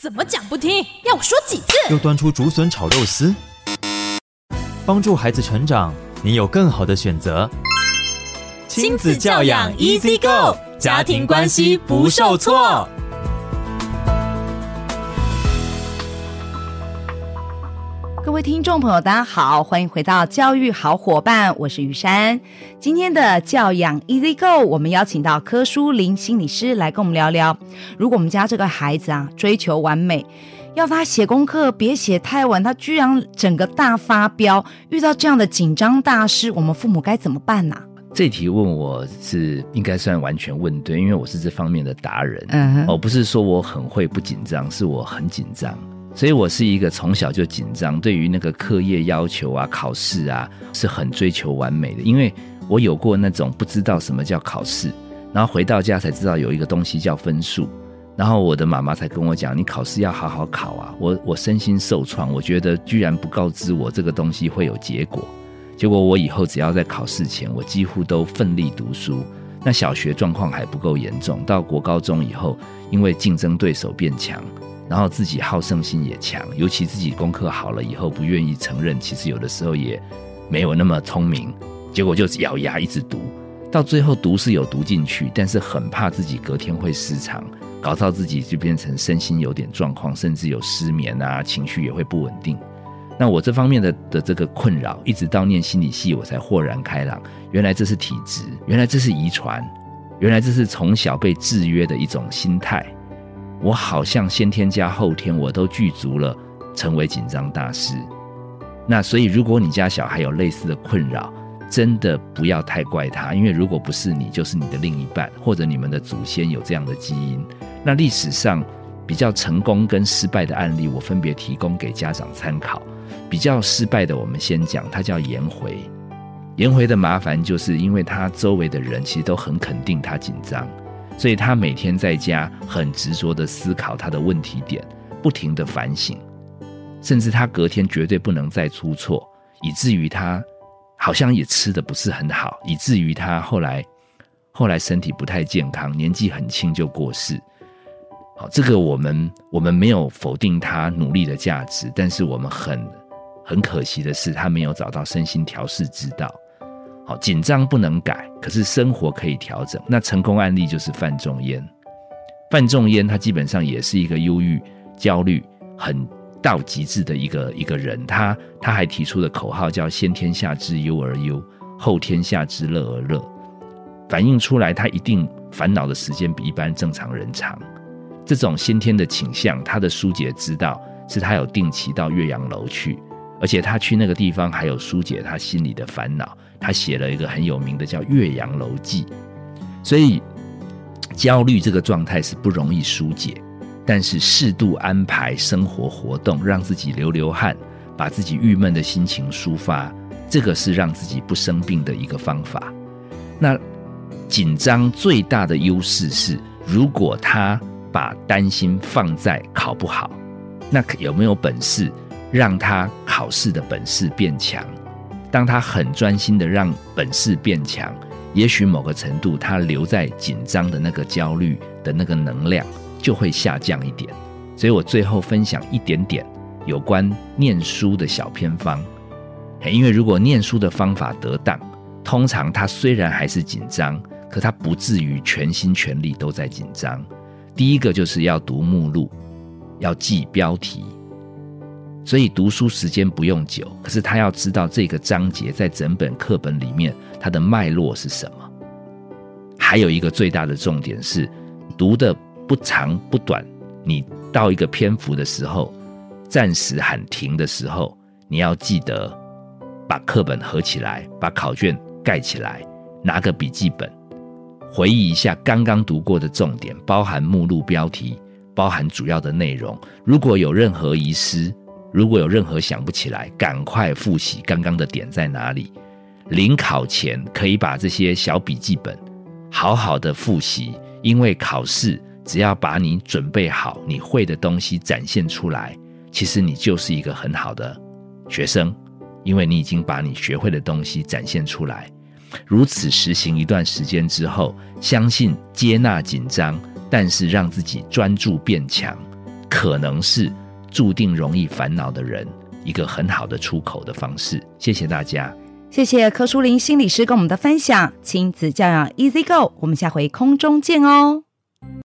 怎么讲不听？要我说几次？ 又端出竹笋炒肉丝。帮助孩子成长，你有更好的选择。 亲子教养 Easy Go， 家庭关系不受挫。 各位听众朋友大家好，欢迎回到教育好伙伴，我是雨珊。今天的教养 Easy Go， 我们邀请到柯淑玲心理师来跟我们聊聊，如果我们家这个孩子追求完美，要他写功课别写太晚，他居然整个大发飙，遇到这样的紧张大师，我们父母该怎么办呢？ 这题问我是应该算完全问对，因为我是这方面的达人。不是说我很会不紧张，是我很紧张。所以我是一个从小就紧张，对于那个课业要求考试是很追求完美的。因为我有过那种不知道什么叫考试，然后回到家才知道有一个东西叫分数，然后我的妈妈才跟我讲，你考试要好好考我身心受创，我觉得居然不告知我这个东西会有结果。结果我以后只要在考试前，我几乎都奋力读书。那小学状况还不够严重，到国高中以后，因为竞争对手变强，然后自己好胜心也强，尤其自己功课好了以后不愿意承认，其实有的时候也没有那么聪明，结果就咬牙一直读，到最后读是有读进去，但是很怕自己隔天会失常，搞到自己就变成身心有点状况，甚至有失眠情绪也会不稳定。那我这方面的这个困扰，一直到念心理系我才豁然开朗，原来这是体质，原来这是遗传，原来这是从小被制约的一种心态。我好像先天加后天我都具足了成为紧张大师。那所以如果你家小孩有类似的困扰，真的不要太怪他，因为如果不是你，就是你的另一半，或者你们的祖先有这样的基因。那历史上比较成功跟失败的案例，我分别提供给家长参考。比较失败的我们先讲，他叫颜回。颜回的麻烦就是因为他周围的人其实都很肯定他紧张，所以他每天在家很执着的思考他的问题点，不停的反省，甚至他隔天绝对不能再出错，以至于他好像也吃得不是很好，以至于他后来身体不太健康，年纪很轻就过世。好，这个我们没有否定他努力的价值，但是我们很可惜的是他没有找到身心调适之道。好，紧张不能改，可是生活可以调整。那成功案例就是范仲淹。范仲淹他基本上也是一个忧郁焦虑很到极致的一个人，他还提出的口号叫先天下之忧而忧，后天下之乐而乐，反映出来他一定烦恼的时间比一般正常人长。这种先天的倾向，他的疏解之道是他有定期到岳阳楼去，而且他去那个地方还有疏解他心里的烦恼，他写了一个很有名的叫《岳阳楼记》。所以焦虑这个状态是不容易疏解，但是适度安排生活活动，让自己流汗，把自己郁闷的心情抒发，这个是让自己不生病的一个方法。那紧张最大的优势是，如果他把担心放在考不好，那有没有本事让他考试的本事变强？当他很专心的让本事变强，也许某个程度他留在紧张的那个焦虑的那个能量就会下降一点。所以我最后分享一点点有关念书的小偏方。因为如果念书的方法得当，通常他虽然还是紧张，可他不至于全心全力都在紧张。第一个就是要读目录，要记标题，所以读书时间不用久，可是他要知道这个章节在整本课本里面它的脉络是什么。还有一个最大的重点是，读的不长不短，你到一个篇幅的时候，暂时喊停的时候，你要记得把课本合起来，把考卷盖起来，拿个笔记本回忆一下刚刚读过的重点，包含目录标题，包含主要的内容。如果有任何遗失，如果有任何想不起来，赶快复习刚刚的点在哪里。临考前可以把这些小笔记本好好的复习，因为考试只要把你准备好，你会的东西展现出来，其实你就是一个很好的学生，因为你已经把你学会的东西展现出来。如此实行一段时间之后，相信接纳紧张，但是让自己专注变强， 可能是注定容易烦恼的人一个很好的出口的方式。谢谢大家。 谢谢柯淑玲心理师跟我们的分享，亲子教养 Easy Go， 我们下回空中见哦。